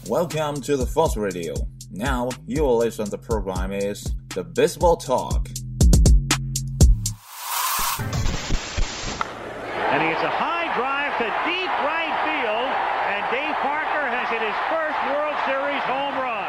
Welcome to the Fox Radio. Now you will listen to the program is the Baseball Talk. And he hits a high drive to deep right field, and Dave Parker has hit his first World Series home run.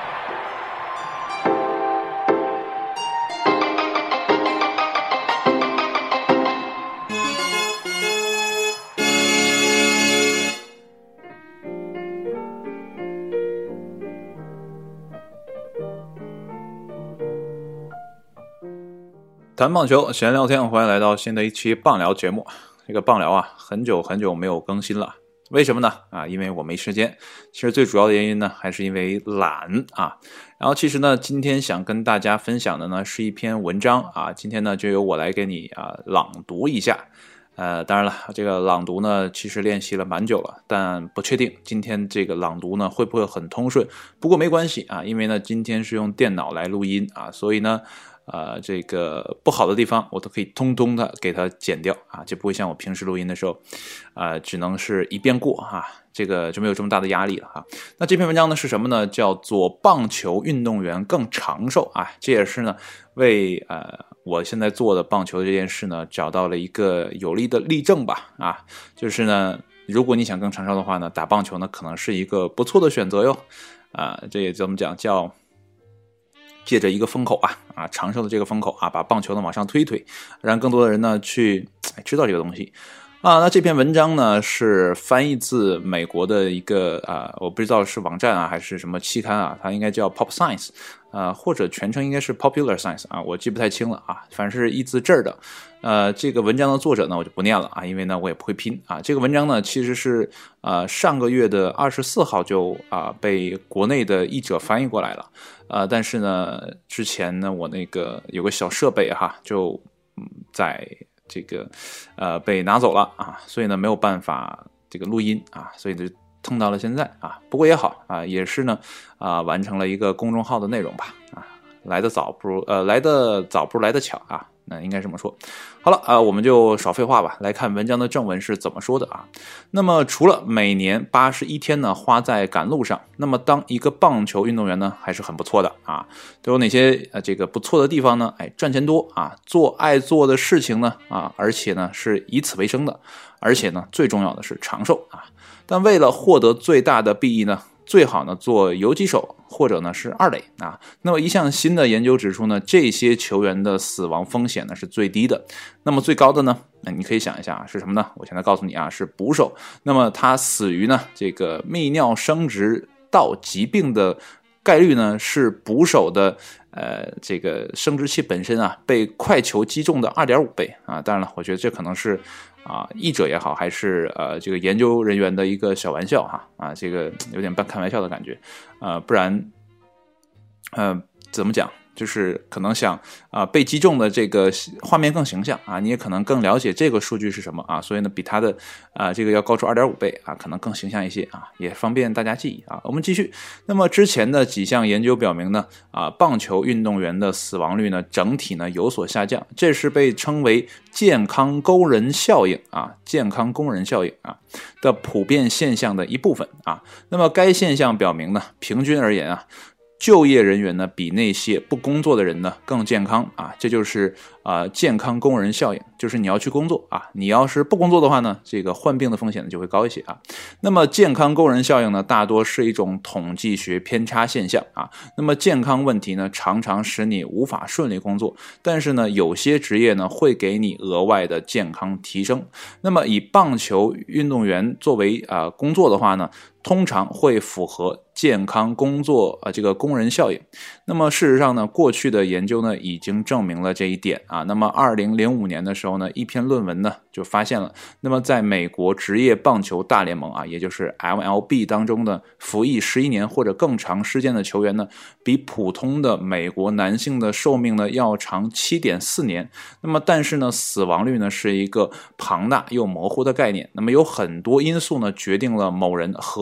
谈棒球，闲聊天，欢迎来到新的一期棒聊节目。这个棒聊啊，很久没有更新了，为什么呢？因为我没时间。其实最主要的原因呢，还是因为懒啊。然后其实呢，今天想跟大家分享的呢，是一篇文章啊。今天呢，就由我来给你朗读一下。当然了，这个朗读呢，其实练习了蛮久了，但不确定今天这个朗读呢会不会很通顺。不过没关系啊，因为呢，今天是用电脑来录音啊，所以呢。这个不好的地方我都可以通通的给它剪掉啊，就不会像我平时录音的时候，只能是一遍过啊，这个就没有这么大的压力了哈。那这篇文章呢是什么呢？叫做棒球运动员更长寿啊，这也是呢为我现在做的棒球这件事呢找到了一个有力的例证吧啊，就是呢如果你想更长寿的话呢，打棒球呢可能是一个不错的选择哟啊，这也怎么讲叫。借着一个风口长寿的这个风口把棒球呢往上推，让更多的人呢去知道这个东西那这篇文章呢是翻译自美国的一个我不知道是网站还是什么期刊它应该叫 Pop Science 或者全称应该是 Popular Science 我记不太清了反正是一字字的这个文章的作者呢我就不念了因为呢我也不会拼这个文章呢其实是上个月的24号就被国内的译者翻译过来了但是呢之前呢我那个有个小设备就在这个被拿走了所以呢没有办法这个录音所以就腾到了现在不过也好也是呢完成了一个公众号的内容吧来得早不如来得巧那应该这么说。好了我们就少废话吧，来看文章的正文是怎么说的那么除了每年81天呢花在赶路上，那么当一个棒球运动员呢还是很不错的都有哪些这个不错的地方呢？赚钱多做爱做的事情呢而且呢是以此为生的，而且呢最重要的是长寿但为了获得最大的裨益呢，最好呢做游击手或者呢是二垒那么一项新的研究指出呢，这些球员的死亡风险呢是最低的。那么最高的呢，那你可以想一下是什么呢？我现在告诉你是捕手。那么他死于呢这个泌尿生殖道疾病的概率呢是捕手的这个生殖器本身被快球击中的 2.5 倍当然了，我觉得这可能是译者也好还是这个研究人员的一个小玩笑这个有点半开玩笑的感觉不然怎么讲就是可能想被击中的这个画面更形象你也可能更了解这个数据是什么所以呢比它的这个要高出 2.5 倍可能更形象一些也方便大家记忆我们继续。那么之前的几项研究表明呢棒球运动员的死亡率呢整体呢有所下降，这是被称为健康工人效应健康工人效应的普遍现象的一部分那么该现象表明呢，平均而言就业人员呢比那些不工作的人呢更健康这就是健康工人效应，就是你要去工作你要是不工作的话呢，这个患病的风险呢就会高一些那么健康工人效应呢大多是一种统计学偏差现象那么健康问题呢常常使你无法顺利工作，但是呢有些职业呢会给你额外的健康提升。那么以棒球运动员作为工作的话呢，通常会符合健康工作这个工人效应。那么事实上呢，过去的研究呢已经证明了这一点那么2005年的时候呢，一篇论文呢就发现了，那么在美国职业棒球大联盟也就是 MLB 当中的服役11年或者更长时间的球员呢，比普通的美国男性的寿命呢要长 7.4 年。那么但是呢，死亡率呢是一个庞大又模糊的概念，那么有很多因素呢决定了某人何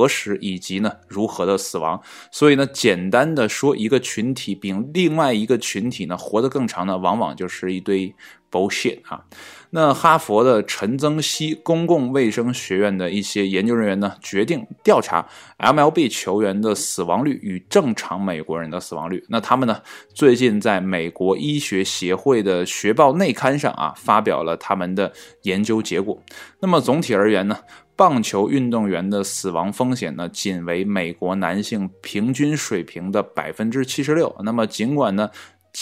时以及呢如何的死亡。所以呢，简单的说，一个群体比另外一个群体呢活得更长呢，往往就是一堆 bullshit 啊。那哈佛的陈增熙公共卫生学院的一些研究人员呢，决定调查 MLB 球员的死亡率与正常美国人的死亡率。那他们呢，最近在美国医学协会的学报内刊上啊，发表了他们的研究结果。那么总体而言呢，棒球运动员的死亡风险呢，仅为美国男性平均水平的 76%。那么尽管呢，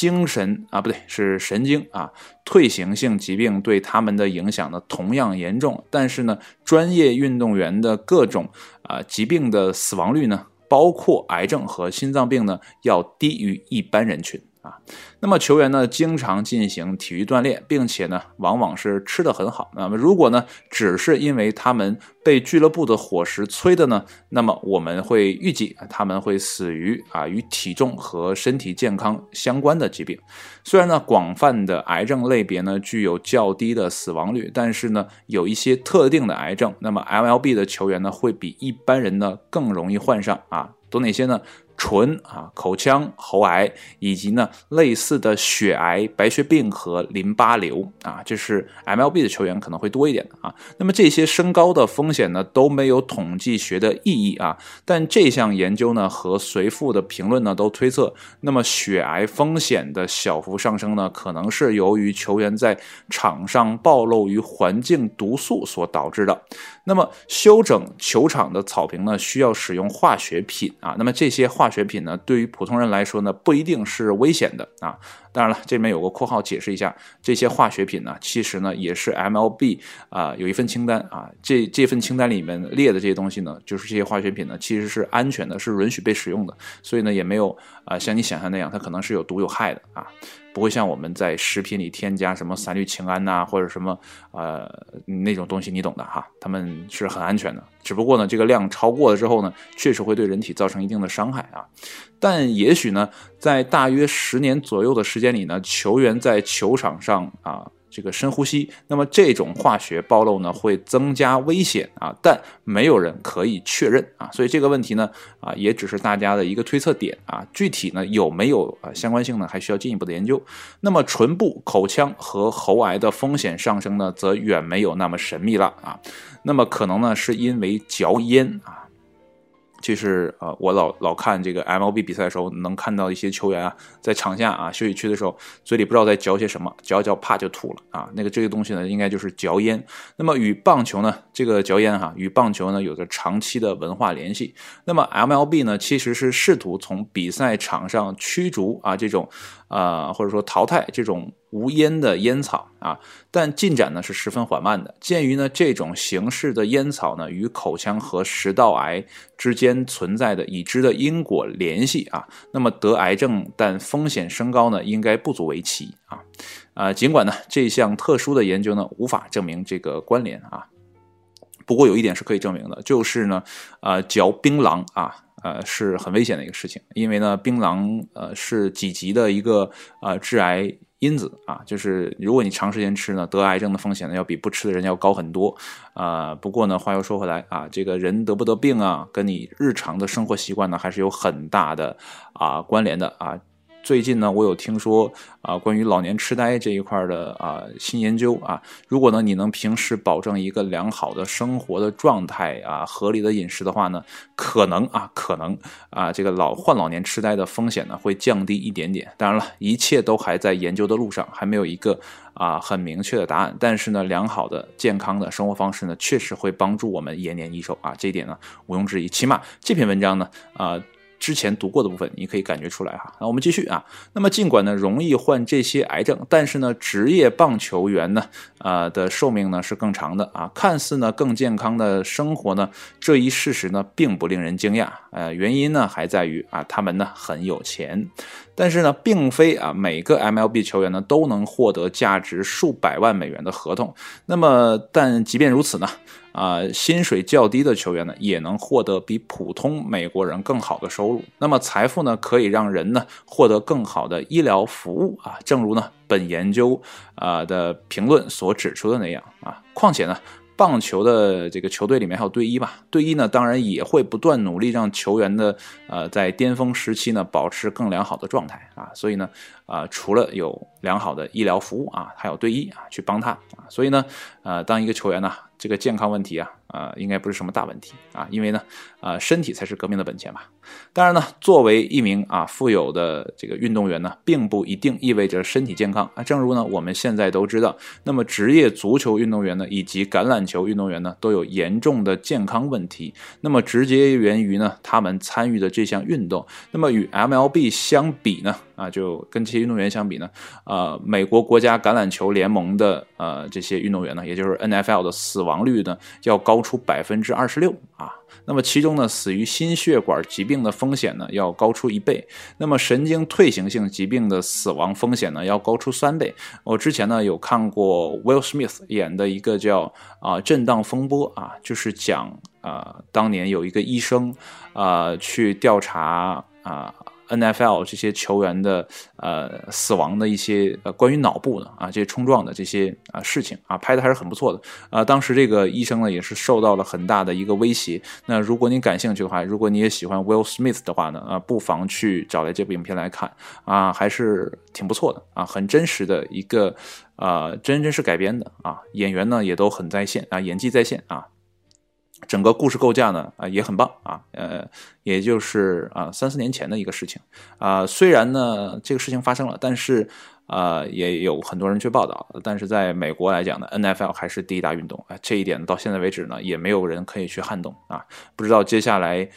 神经退行性疾病对他们的影响呢同样严重，但是呢，专业运动员的各种疾病的死亡率呢，包括癌症和心脏病呢，要低于一般人群。那么球员呢，经常进行体育锻炼，并且呢，往往是吃得很好。那么如果呢，只是因为他们被俱乐部的伙食催的呢，那么我们会预计他们会死于与体重和身体健康相关的疾病。虽然呢，广泛的癌症类别呢具有较低的死亡率，但是呢，有一些特定的癌症，那么 MLB 的球员呢，会比一般人呢更容易患上都哪些呢？唇口腔、喉癌，以及呢类似的血癌、白血病和淋巴瘤这是 MLB 的球员可能会多一点的那么这些升高的风险呢都没有统计学的意义但这项研究呢和随附的评论呢都推测，那么血癌风险的小幅上升呢，可能是由于球员在场上暴露于环境毒素所导致的。那么修整球场的草坪呢，需要使用化学品那么这些化学品呢，对于普通人来说呢，不一定是危险的当然了，这里面有个括号解释一下，这些化学品呢，其实呢也是 MLB 有一份清单这份清单里面列的这些东西呢，就是这些化学品呢其实是安全的，是允许被使用的，所以呢也没有像你想象那样，它可能是有毒有害的不会像我们在食品里添加什么三氯氰胺或者什么那种东西，你懂的他们是很安全的，只不过呢这个量超过了之后呢，确实会对人体造成一定的伤害但也许呢，在大约10年左右的时间里呢，球员在球场上这个深呼吸，那么这种化学暴露呢会增加危险但没有人可以确认所以这个问题呢也只是大家的一个推测点具体呢有没有相关性呢，还需要进一步的研究。那么唇部、口腔和喉癌的风险上升呢，则远没有那么神秘了那么可能呢是因为嚼烟就是我老看这个 MLB 比赛的时候，能看到一些球员在场下休息区的时候，嘴里不知道在嚼些什么，嚼一嚼啪就吐了这个东西呢，应该就是嚼烟。那么与棒球呢，这个嚼烟与棒球呢有着长期的文化联系。那么 MLB 呢，其实是试图从比赛场上驱逐这种或者说淘汰这种无烟的烟草但进展呢是十分缓慢的。鉴于呢这种形式的烟草呢与口腔和食道癌之间存在的已知的因果联系那么得癌症但风险升高呢，应该不足为奇尽管呢这项特殊的研究呢无法证明这个关联不过有一点是可以证明的，就是呢嚼槟榔是很危险的一个事情，因为呢槟榔是几级的一个致癌因子就是如果你长时间吃呢，得癌症的风险呢要比不吃的人要高很多不过呢话又说回来这个人得不得病跟你日常的生活习惯呢还是有很大的关联的最近呢，我有听说关于老年痴呆这一块的新研究如果呢你能平时保证一个良好的生活的状态合理的饮食的话呢，可能这个患老年痴呆的风险呢会降低一点点。当然了，一切都还在研究的路上，还没有一个很明确的答案。但是呢，良好的健康的生活方式呢，确实会帮助我们延年益寿这一点呢毋庸置疑。起码这篇文章呢之前读过的部分你可以感觉出来那我们继续那么尽管呢容易患这些癌症，但是呢职业棒球员呢的寿命呢是更长的看似呢更健康的生活呢，这一事实呢并不令人惊讶原因呢还在于他们呢很有钱。但是呢并非每个 MLB 球员呢都能获得价值数百万美元的合同。那么但即便如此呢薪水较低的球员呢也能获得比普通美国人更好的收入。那么财富呢可以让人呢获得更好的医疗服务正如呢本研究的评论所指出的那样况且呢棒球的这个球队里面还有队医吧，队医呢当然也会不断努力让球员的在巅峰时期呢保持更良好的状态啊，所以呢除了有良好的医疗服务啊，还有队医啊去帮他啊，所以呢当一个球员呢这个健康问题啊应该不是什么大问题啊，因为呢身体才是革命的本钱嘛。当然呢，作为一名富有的这个运动员呢，并不一定意味着身体健康啊。正如呢我们现在都知道，那么职业足球运动员呢以及橄榄球运动员呢都有严重的健康问题，那么直接源于呢他们参与的这项运动。那么与 MLB 相比呢就跟这些运动员相比呢美国国家橄榄球联盟的这些运动员呢，也就是 NFL 的死亡率呢要高出 26% 啊。那么其中呢死于心血管疾病的风险呢要高出1倍，那么神经退行性疾病的死亡风险呢要高出3倍。我之前呢有看过 Will Smith 演的一个叫震荡风波啊，就是讲当年有一个医生去调查NFL 这些球员的死亡的一些关于脑部的这些冲撞的这些事情拍的还是很不错的当时这个医生呢也是受到了很大的一个威胁。那如果你感兴趣的话，如果你也喜欢 Will Smith 的话呢不妨去找来这部影片来看还是挺不错的很真实的一个真实改编的演员呢也都很在线演技在线整个故事构架呢也很棒也就是3-4年前的一个事情虽然呢这个事情发生了，但是也有很多人去报道，但是在美国来讲呢 NFL 还是第一大运动这一点到现在为止呢也没有人可以去撼动不知道接下来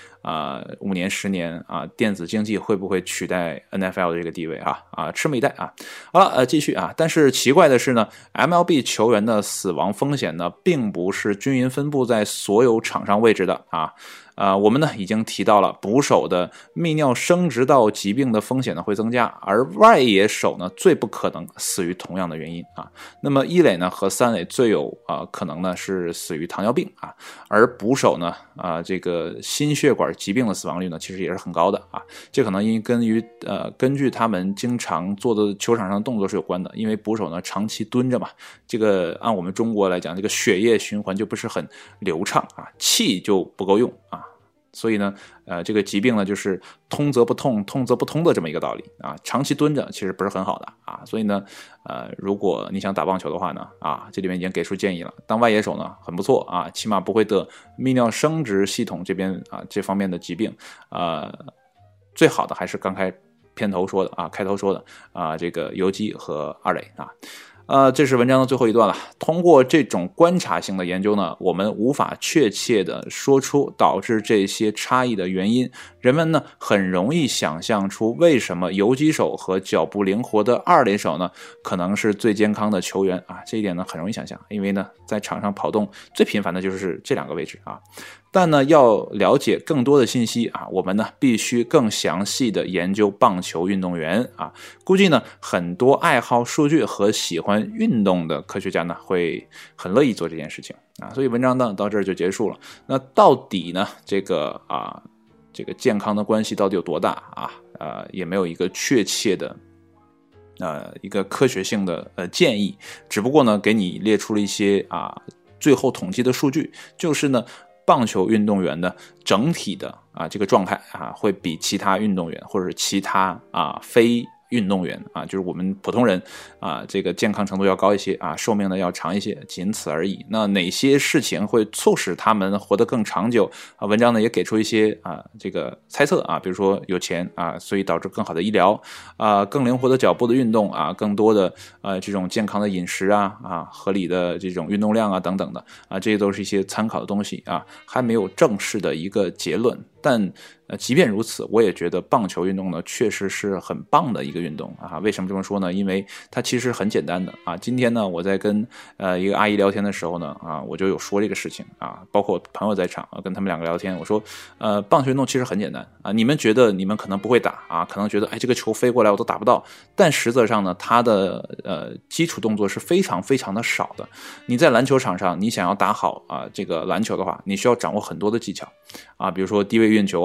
5年10年电子竞技会不会取代 NFL 的这个地位拭目以待好了继续但是奇怪的是呢 MLB 球员的死亡风险呢并不是均匀分布在所有场上位置的我们呢已经提到了捕手的泌尿生殖道疾病的风险呢会增加，而外野手呢最不可能死于同样的原因那么一垒呢和三垒最有可能呢是死于糖尿病而捕手呢这个心血管疾病的死亡率呢其实也是很高的这可能根据他们经常做的球场上的动作是有关的，因为捕手呢长期蹲着嘛，这个按我们中国来讲，这个血液循环就不是很流畅气就不够用所以呢这个疾病呢就是通则不痛，痛则不通的这么一个道理长期蹲着其实不是很好的所以呢如果你想打棒球的话呢这里面已经给出建议了，当外野手呢很不错起码不会得泌尿生殖系统这边这方面的疾病最好的还是刚开头说的开头说的这个游击和二垒这是文章的最后一段了。通过这种观察性的研究呢，我们无法确切地说出导致这些差异的原因。人们呢很容易想象出为什么游击手和脚步灵活的二垒手呢可能是最健康的球员这一点呢很容易想象，因为呢在场上跑动最频繁的就是这两个位置但呢要了解更多的信息我们呢必须更详细的研究棒球运动员估计呢很多爱好数据和喜欢运动的科学家呢会很乐意做这件事情所以文章呢到这儿就结束了。那到底呢这个健康的关系到底有多大也没有一个确切的一个科学性的建议，只不过呢给你列出了一些最后统计的数据，就是呢棒球运动员的整体的这个状态会比其他运动员或者是其他非运动员就是我们普通人这个健康程度要高一些寿命呢要长一些，仅此而已。那哪些事情会促使他们活得更长久文章呢也给出一些这个猜测比如说有钱所以导致更好的医疗更灵活的脚步的运动更多的这种健康的饮食合理的这种运动量等等的这些都是一些参考的东西还没有正式的一个结论。但即便如此，我也觉得棒球运动呢确实是很棒的一个运动为什么这么说呢？因为它其实很简单的今天呢我在跟一个阿姨聊天的时候呢我就有说这个事情包括我朋友在场跟他们两个聊天，我说棒球运动其实很简单你们觉得你们可能不会打可能觉得这个球飞过来我都打不到，但实则上呢它的基础动作是非常非常的少的。你在篮球场上你想要打好这个篮球的话，你需要掌握很多的技巧比如说低位运球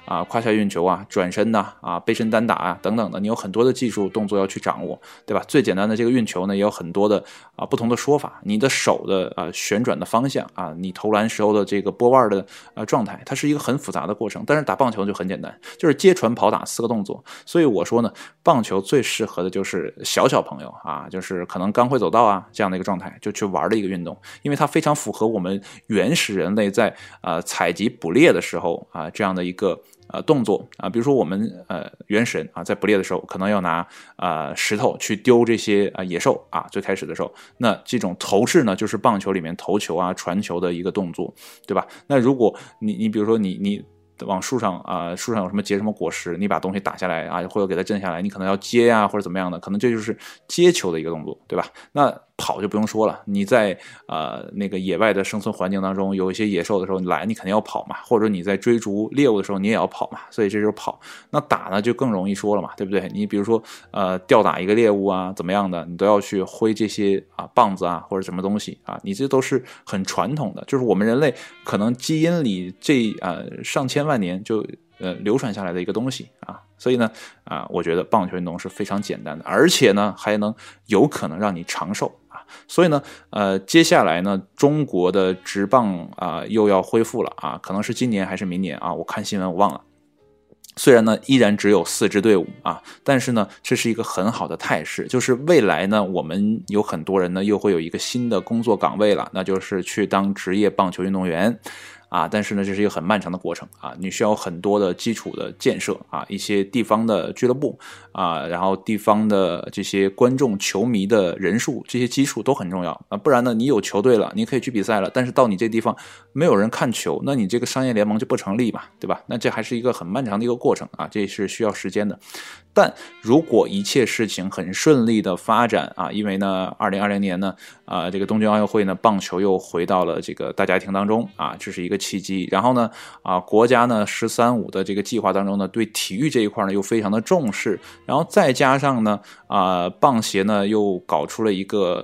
啊，胯下运球啊，转身呐啊，背身单打啊等等的，你有很多的技术动作要去掌握，对吧？最简单的这个运球呢，也有很多的不同的说法。你的手的旋转的方向啊，你投篮时候的这个拨腕的状态，它是一个很复杂的过程。但是打棒球就很简单，就是接传跑打4个动作。所以我说呢，棒球最适合的就是小朋友啊，就是可能刚会走道啊这样的一个状态就去玩的一个运动，因为它非常符合我们原始人类在采集捕猎的时候啊这样的一个动作啊，比如说我们原始人啊在捕猎的时候可能要拿石头去丢这些野兽啊，最开始的时候，那这种投掷呢就是棒球里面投球啊传球的一个动作，对吧？那如果你比如说你往树上树上有什么结什么果实，你把东西打下来啊，或者给它震下来，你可能要接呀或者怎么样的，可能这就是接球的一个动作，对吧？那跑就不用说了，你在那个野外的生存环境当中有一些野兽的时候，你肯定要跑嘛，或者你在追逐猎物的时候你也要跑嘛，所以这就是跑。那打呢就更容易说了嘛，对不对？你比如说吊打一个猎物啊怎么样的，你都要去挥这些棒子啊或者什么东西啊，你这都是很传统的，就是我们人类可能基因里这上千万年就流传下来的一个东西啊。所以呢我觉得棒球运动是非常简单的，而且呢还能有可能让你长寿啊。所以呢接下来呢中国的职棒又要恢复了啊，可能是今年还是明年啊，我看新闻我忘了。虽然呢依然只有4支队伍啊，但是呢这是一个很好的态势，就是未来呢我们有很多人呢又会有一个新的工作岗位了，那就是去当职业棒球运动员但是呢这是一个很漫长的过程啊，你需要很多的基础的建设啊，一些地方的俱乐部然后地方的这些观众球迷的人数，这些基础都很重要不然呢你有球队了，你可以去比赛了，但是到你这地方没有人看球，那你这个商业联盟就不成立嘛，对吧？那这还是一个很漫长的一个过程这是需要时间的。但如果一切事情很顺利的发展因为呢2020年呢这个东京奥运会呢棒球又回到了这个大家庭当中这是一个契机。然后呢国家呢“13-5”的这个计划当中呢对体育这一块呢又非常的重视，然后再加上呢棒协呢又搞出了一个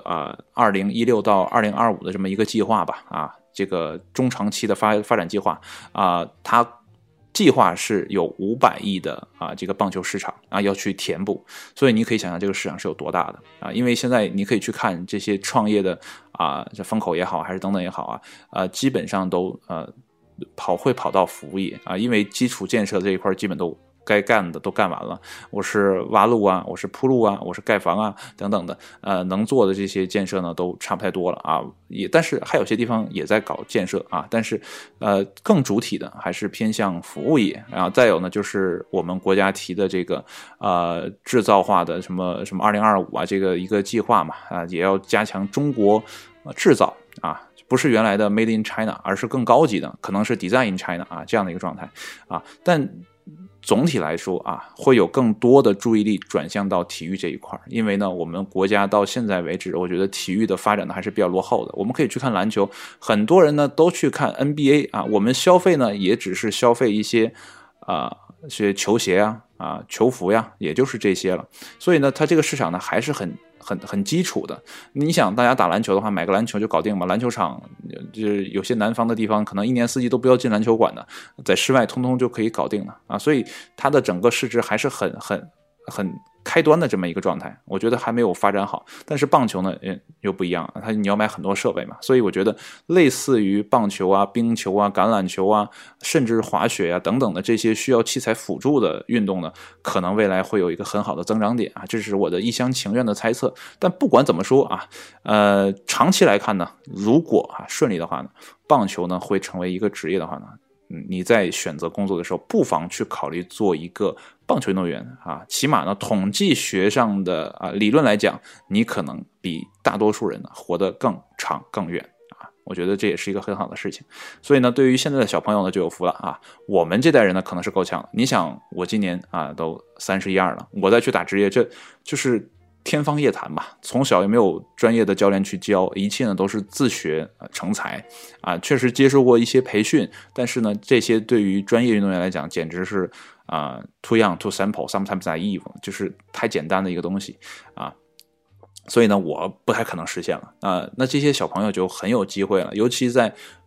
2016到2025的这么一个计划吧这个中长期的发展计划它计划是有500亿的这个棒球市场要去填补，所以你可以想象这个市场是有多大的因为现在你可以去看这些创业的这风口也好还是等等也好基本上都会跑到服务业因为基础建设这一块基本都该干的都干完了，我是挖路我是铺路我是盖房等等的能做的这些建设呢都差不太多了但是还有些地方也在搞建设但是更主体的还是偏向服务业。然后再有呢就是我们国家提的这个制造化的什么2025这个一个计划嘛也要加强中国制造不是原来的 Made in China， 而是更高级的，可能是 Design in China 这样的一个状态但总体来说会有更多的注意力转向到体育这一块，因为呢我们国家到现在为止我觉得体育的发展呢还是比较落后的。我们可以去看篮球，很多人呢都去看 NBA 我们消费呢也只是消费一些球鞋球服也就是这些了。所以呢它这个市场呢还是很基础的。你想大家打篮球的话，买个篮球就搞定嘛，篮球场就是有些南方的地方可能1年4季都不要进篮球馆的，在室外通通就可以搞定了所以它的整个市值还是很开端的这么一个状态，我觉得还没有发展好。但是棒球呢又不一样，你要买很多设备嘛，所以我觉得类似于棒球冰球橄榄球甚至滑雪等等的这些需要器材辅助的运动呢，可能未来会有一个很好的增长点这是我的一厢情愿的猜测。但不管怎么说长期来看呢，如果顺利的话呢，棒球呢会成为一个职业的话呢，你在选择工作的时候不妨去考虑做一个棒球运动员起码呢统计学上的理论来讲，你可能比大多数人呢活得更长更远我觉得这也是一个很好的事情。所以呢对于现在的小朋友呢就有福了我们这代人呢可能是够呛了。你想我今年都31、2了，我再去打职业，这就是天方夜谭吧，从小也没有专业的教练去教，一切呢都是自学成才确实接受过一些培训，但是呢这些对于专业运动员来讲简直是too young to sample sometimes naive， 就是太简单的一个东西所以呢我不太可能实现了那这些小朋友就很有机会了，尤其在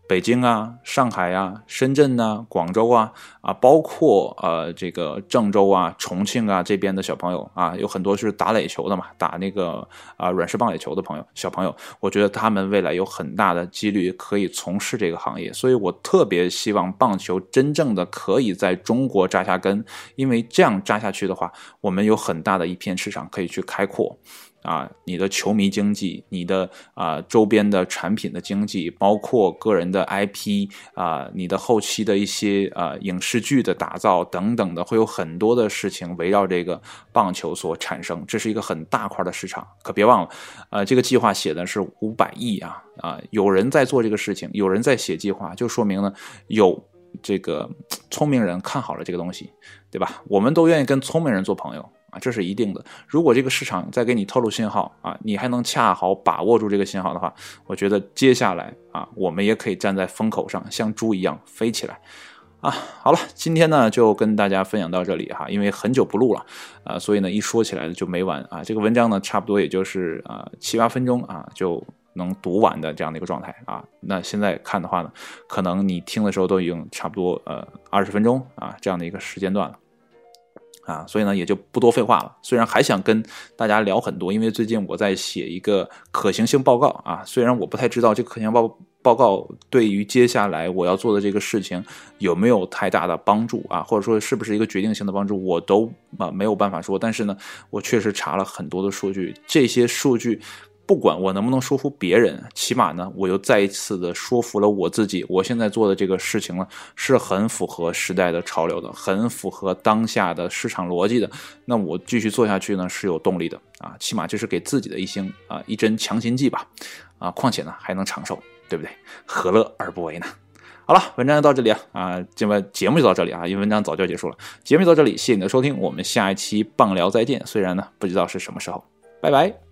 北京啊、上海啊、深圳啊、广州啊包括这个郑州啊、重庆啊这边的小朋友啊，有很多是打垒球的嘛，打那个软式棒垒球的小朋友，我觉得他们未来有很大的几率可以从事这个行业，所以我特别希望棒球真正的可以在中国扎下根，因为这样扎下去的话，我们有很大的一片市场可以去开阔。你的球迷经济，你的周边的产品的经济，包括个人的 IP 你的后期的一些影视剧的打造等等的，会有很多的事情围绕这个棒球所产生，这是一个很大块的市场。可别忘了这个计划写的是500亿有人在做这个事情，有人在写计划，就说明呢有这个聪明人看好了这个东西，对吧？我们都愿意跟聪明人做朋友这是一定的。如果这个市场再给你透露信号你还能恰好把握住这个信号的话，我觉得接下来我们也可以站在风口上，像猪一样飞起来好了，今天呢就跟大家分享到这里因为很久不录了所以呢一说起来就没完这个文章呢差不多也就是7-8分钟就能读完的这样的一个状态那现在看的话呢，可能你听的时候都已经差不多20分钟这样的一个时间段了所以呢也就不多废话了。虽然还想跟大家聊很多，因为最近我在写一个可行性报告虽然我不太知道这个可行性报告对于接下来我要做的这个事情有没有太大的帮助或者说是不是一个决定性的帮助，我都没有办法说。但是呢，我确实查了很多的数据，这些数据不管我能不能说服别人，起码呢我又再一次的说服了我自己，我现在做的这个事情呢是很符合时代的潮流的，很符合当下的市场逻辑的，那我继续做下去呢是有动力的起码这是给自己的一针强心剂吧况且呢还能长寿，对不对？何乐而不为呢？好了，文章就到这里节目就到这里因为文章早就结束了，节目就到这里，谢谢你的收听，我们下一期棒聊再见，虽然呢不知道是什么时候，拜拜。